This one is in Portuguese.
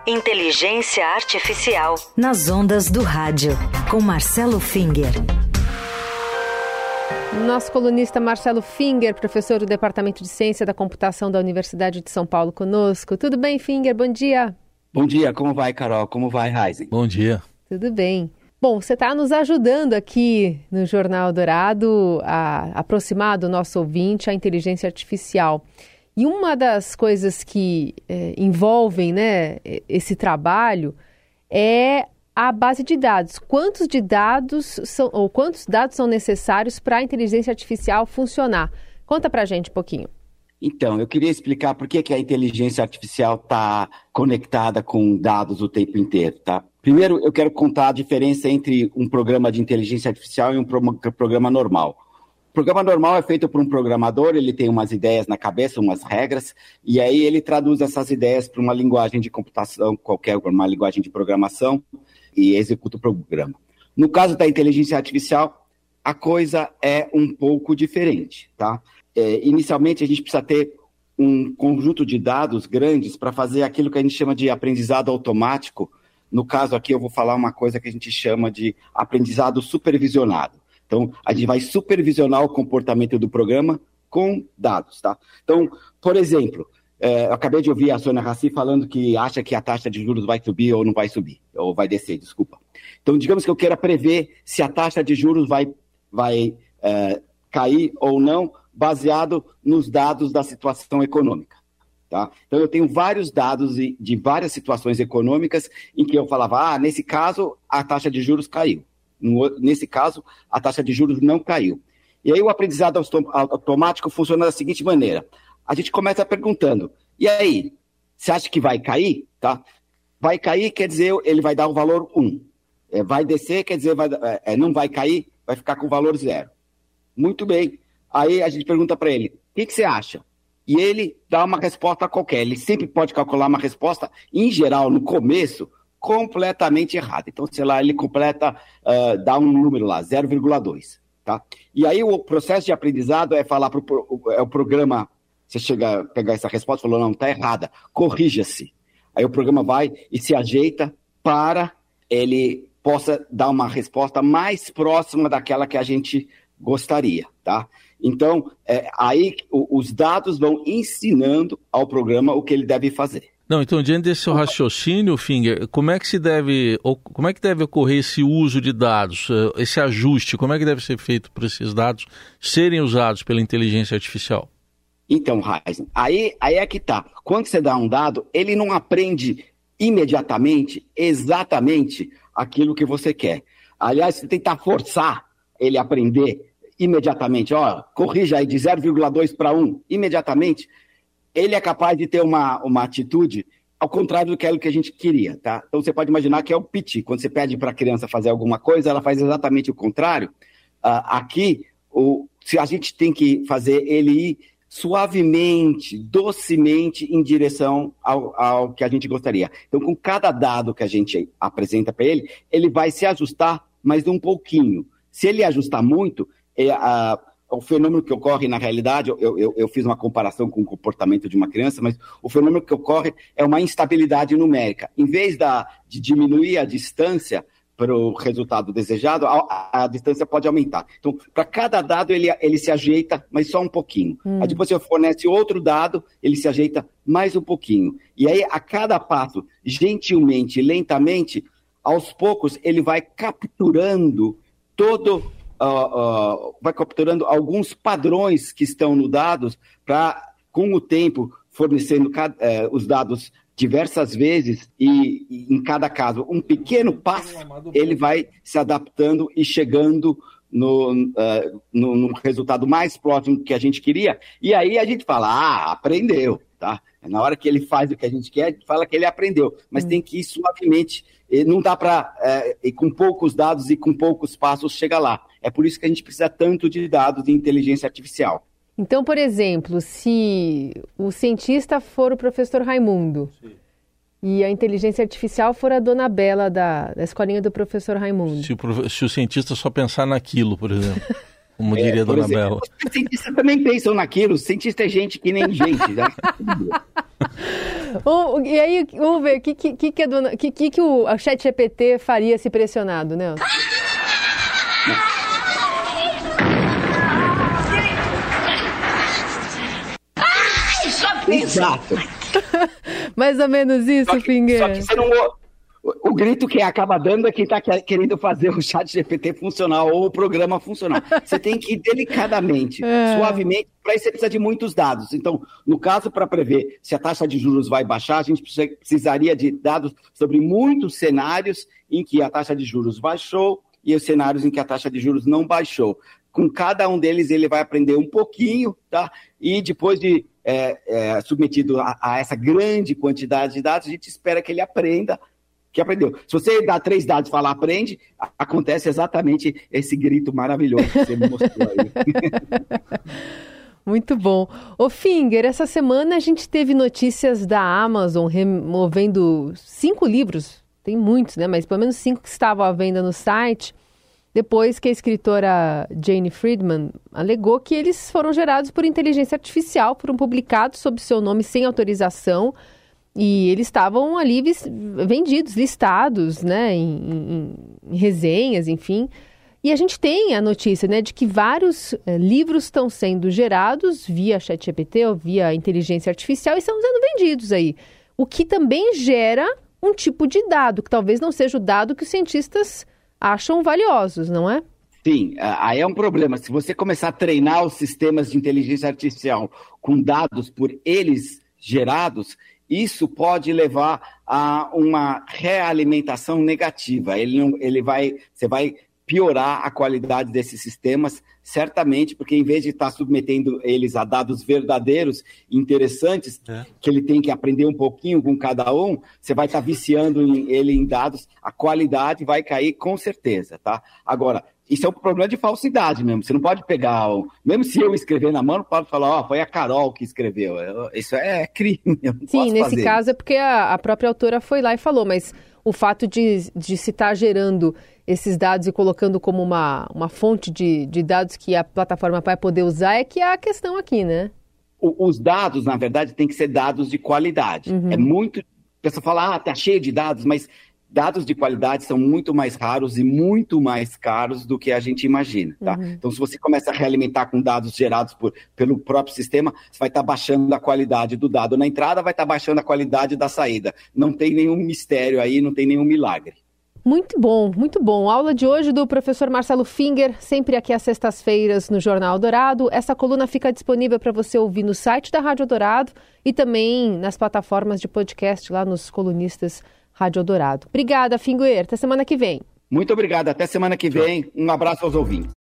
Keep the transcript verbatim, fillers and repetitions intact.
Inteligência Artificial. Nas ondas do rádio, com Marcelo Finger. Nosso colunista Marcelo Finger, professor do Departamento de Ciência da Computação da Universidade de São Paulo, conosco. Tudo bem, Finger? Bom dia. Bom dia, como vai, Carol? Como vai, Heisen? Bom dia. Tudo bem. Bom, você está nos ajudando aqui no Jornal Dourado a aproximar do nosso ouvinte a inteligência artificial. E uma das coisas que é, envolvem, né, esse trabalho é a base de dados. Quantos de dados são, ou quantos dados são necessários para a inteligência artificial funcionar? Conta para a gente um pouquinho. Então, eu queria explicar por que, que a inteligência artificial está conectada com dados o tempo inteiro, tá? Primeiro, eu quero contar a diferença entre um programa de inteligência artificial e um pro- programa normal. O programa normal é feito por um programador, ele tem umas ideias na cabeça, umas regras, e aí ele traduz essas ideias para uma linguagem de computação qualquer, uma linguagem de programação, e executa o programa. No caso da inteligência artificial, a coisa é um pouco diferente, tá? É, inicialmente, a gente precisa ter um conjunto de dados grandes para fazer aquilo que a gente chama de aprendizado automático. No caso aqui, eu vou falar uma coisa que a gente chama de aprendizado supervisionado. Então, a gente vai supervisionar o comportamento do programa com dados, tá? Então, por exemplo, é, eu acabei de ouvir a Sônia Raci falando que acha que a taxa de juros vai subir ou não vai subir, ou vai descer, desculpa. Então, digamos que eu queira prever se a taxa de juros vai, vai é, cair ou não, baseado nos dados da situação econômica, tá? Então, eu tenho vários dados de, de várias situações econômicas em que eu falava, ah, nesse caso, a taxa de juros caiu. Nesse caso, a taxa de juros não caiu. E aí o aprendizado automático funciona da seguinte maneira. A gente começa perguntando, e aí, você acha que vai cair? Tá? Vai cair quer dizer, ele vai dar o valor um. É, vai descer quer dizer, vai, é, não vai cair, vai ficar com o valor zero. Muito bem. Aí a gente pergunta para ele, o que, que você acha? E ele dá uma resposta qualquer. Ele sempre pode calcular uma resposta, em geral, no começo, completamente errado. Então, sei lá, ele completa, uh, dá um número lá, zero vírgula dois, tá? E aí o processo de aprendizado é falar para o é o programa, você chega a pegar essa resposta e falou, não, está errada, corrija-se. Aí o programa vai e se ajeita para ele possa dar uma resposta mais próxima daquela que a gente gostaria, tá? Então, é, aí o, os dados vão ensinando ao programa o que ele deve fazer. Não, então, diante desse seu raciocínio, Finger, como é que se deve, como é que deve ocorrer esse uso de dados, esse ajuste, como é que deve ser feito para esses dados serem usados pela inteligência artificial? Então, Heisen, aí, aí é que tá. Quando você dá um dado, ele não aprende imediatamente, exatamente aquilo que você quer. Aliás, você tentar forçar ele a aprender imediatamente, ó, corrija aí de zero vírgula dois para um, imediatamente, ele é capaz de ter uma, uma atitude ao contrário do que é o que a gente queria, tá? Então você pode imaginar que é o piti. Quando você pede para a criança fazer alguma coisa, ela faz exatamente o contrário. Uh, aqui, o, se a gente tem que fazer ele ir suavemente, docemente em direção ao, ao que a gente gostaria. Então, com cada dado que a gente apresenta para ele, ele vai se ajustar, mas um pouquinho. Se ele ajustar muito, é, a o fenômeno que ocorre na realidade, eu, eu, eu fiz uma comparação com o comportamento de uma criança, mas o fenômeno que ocorre é uma instabilidade numérica. Em vez da, de diminuir a distância para o resultado desejado, a, a distância pode aumentar. Então, para cada dado, ele, ele se ajeita, mas só um pouquinho. Hum. Aí depois você fornece outro dado, ele se ajeita mais um pouquinho. E aí, a cada passo, gentilmente, lentamente, aos poucos, ele vai capturando todo... Uh, uh, vai capturando alguns padrões que estão no dados para, com o tempo, fornecendo cada, uh, os dados diversas vezes e, e, em cada caso, um pequeno passo, ele vai se adaptando e chegando no, uh, no, no resultado mais próximo que a gente queria. E aí a gente fala, ah, aprendeu, tá? Na hora que ele faz o que a gente quer, a gente fala que ele aprendeu, mas hum. tem que ir suavemente. Não dá para, é, com poucos dados e com poucos passos, chegar lá. É por isso que a gente precisa tanto de dados de inteligência artificial. Então, por exemplo, se o cientista for o professor Raimundo, sim, e a inteligência artificial for a dona Bela da, da escolinha do professor Raimundo. Se o, se o cientista só pensar naquilo, por exemplo. como diria é, Dona exemplo, Bel. Os cientistas também pensam naquilo, cientista é gente que nem gente. Né? oh, e aí, vamos ver, o que, que, que, a dona, que, que, que o ChatGPT faria se pressionado, né? Exato. Mais ou menos isso, só que, Finger. Só que você não... O, o grito que acaba dando é quem está querendo fazer o chat G P T funcionar ou o programa funcionar. Você tem que ir delicadamente, é. suavemente, para isso você precisa de muitos dados. Então, no caso, para prever se a taxa de juros vai baixar, a gente precisaria de dados sobre muitos cenários em que a taxa de juros baixou e os cenários em que a taxa de juros não baixou. Com cada um deles, ele vai aprender um pouquinho, tá? E depois de é, é, submetido a, a essa grande quantidade de dados, a gente espera que ele aprenda que aprendeu. Se você dá três dados e falar aprende, acontece exatamente esse grito maravilhoso que você me mostrou aí. Muito bom. Ô Finger, essa semana a gente teve notícias da Amazon removendo cinco livros, tem muitos, né? Mas pelo menos cinco que estavam à venda no site, depois que a escritora Jane Friedman alegou que eles foram gerados por inteligência artificial, foram publicados sob seu nome sem autorização, e eles estavam ali vendidos, listados, né, em, em, em resenhas, enfim. E a gente tem a notícia, né, de que vários é, livros estão sendo gerados via ChatGPT ou via inteligência artificial e estão sendo vendidos aí. O que também gera um tipo de dado, que talvez não seja o dado que os cientistas acham valiosos, não é? Sim, aí é um problema. Se você começar a treinar os sistemas de inteligência artificial com dados por eles gerados, isso pode levar a uma realimentação negativa. Ele, não, ele vai, você vai piorar a qualidade desses sistemas, certamente, porque em vez de estar submetendo eles a dados verdadeiros, interessantes, é. que ele tem que aprender um pouquinho com cada um, você vai estar viciando em, ele em dados, a qualidade vai cair com certeza, tá? Agora, isso é um problema de falsidade mesmo. Você não pode pegar, mesmo se eu escrever na mão, não pode falar, ó, oh, foi a Carol que escreveu. Isso é crime. Eu não Sim, posso nesse fazer. caso é porque a, a própria autora foi lá e falou, mas o fato de, de se estar gerando esses dados e colocando como uma, uma fonte de, de dados que a plataforma vai poder usar é que é a questão aqui, né? O, os dados, na verdade, tem que ser dados de qualidade. Uhum. É muito... A pessoa fala, ah, tá cheio de dados, mas dados de qualidade são muito mais raros e muito mais caros do que a gente imagina, tá? Uhum. Então, se você começa a realimentar com dados gerados por, pelo próprio sistema, você vai estar baixando a qualidade do dado na entrada, vai estar baixando a qualidade da saída. Não tem nenhum mistério aí, não tem nenhum milagre. Muito bom, muito bom. Aula de hoje do professor Marcelo Finger, sempre aqui às sextas-feiras no Jornal Dourado. Essa coluna fica disponível para você ouvir no site da Rádio Dourado e também nas plataformas de podcast lá nos colunistas Rádio Dourado. Obrigada, Finger. Até semana que vem. Muito obrigado. Até semana que vem. Um abraço aos ouvintes.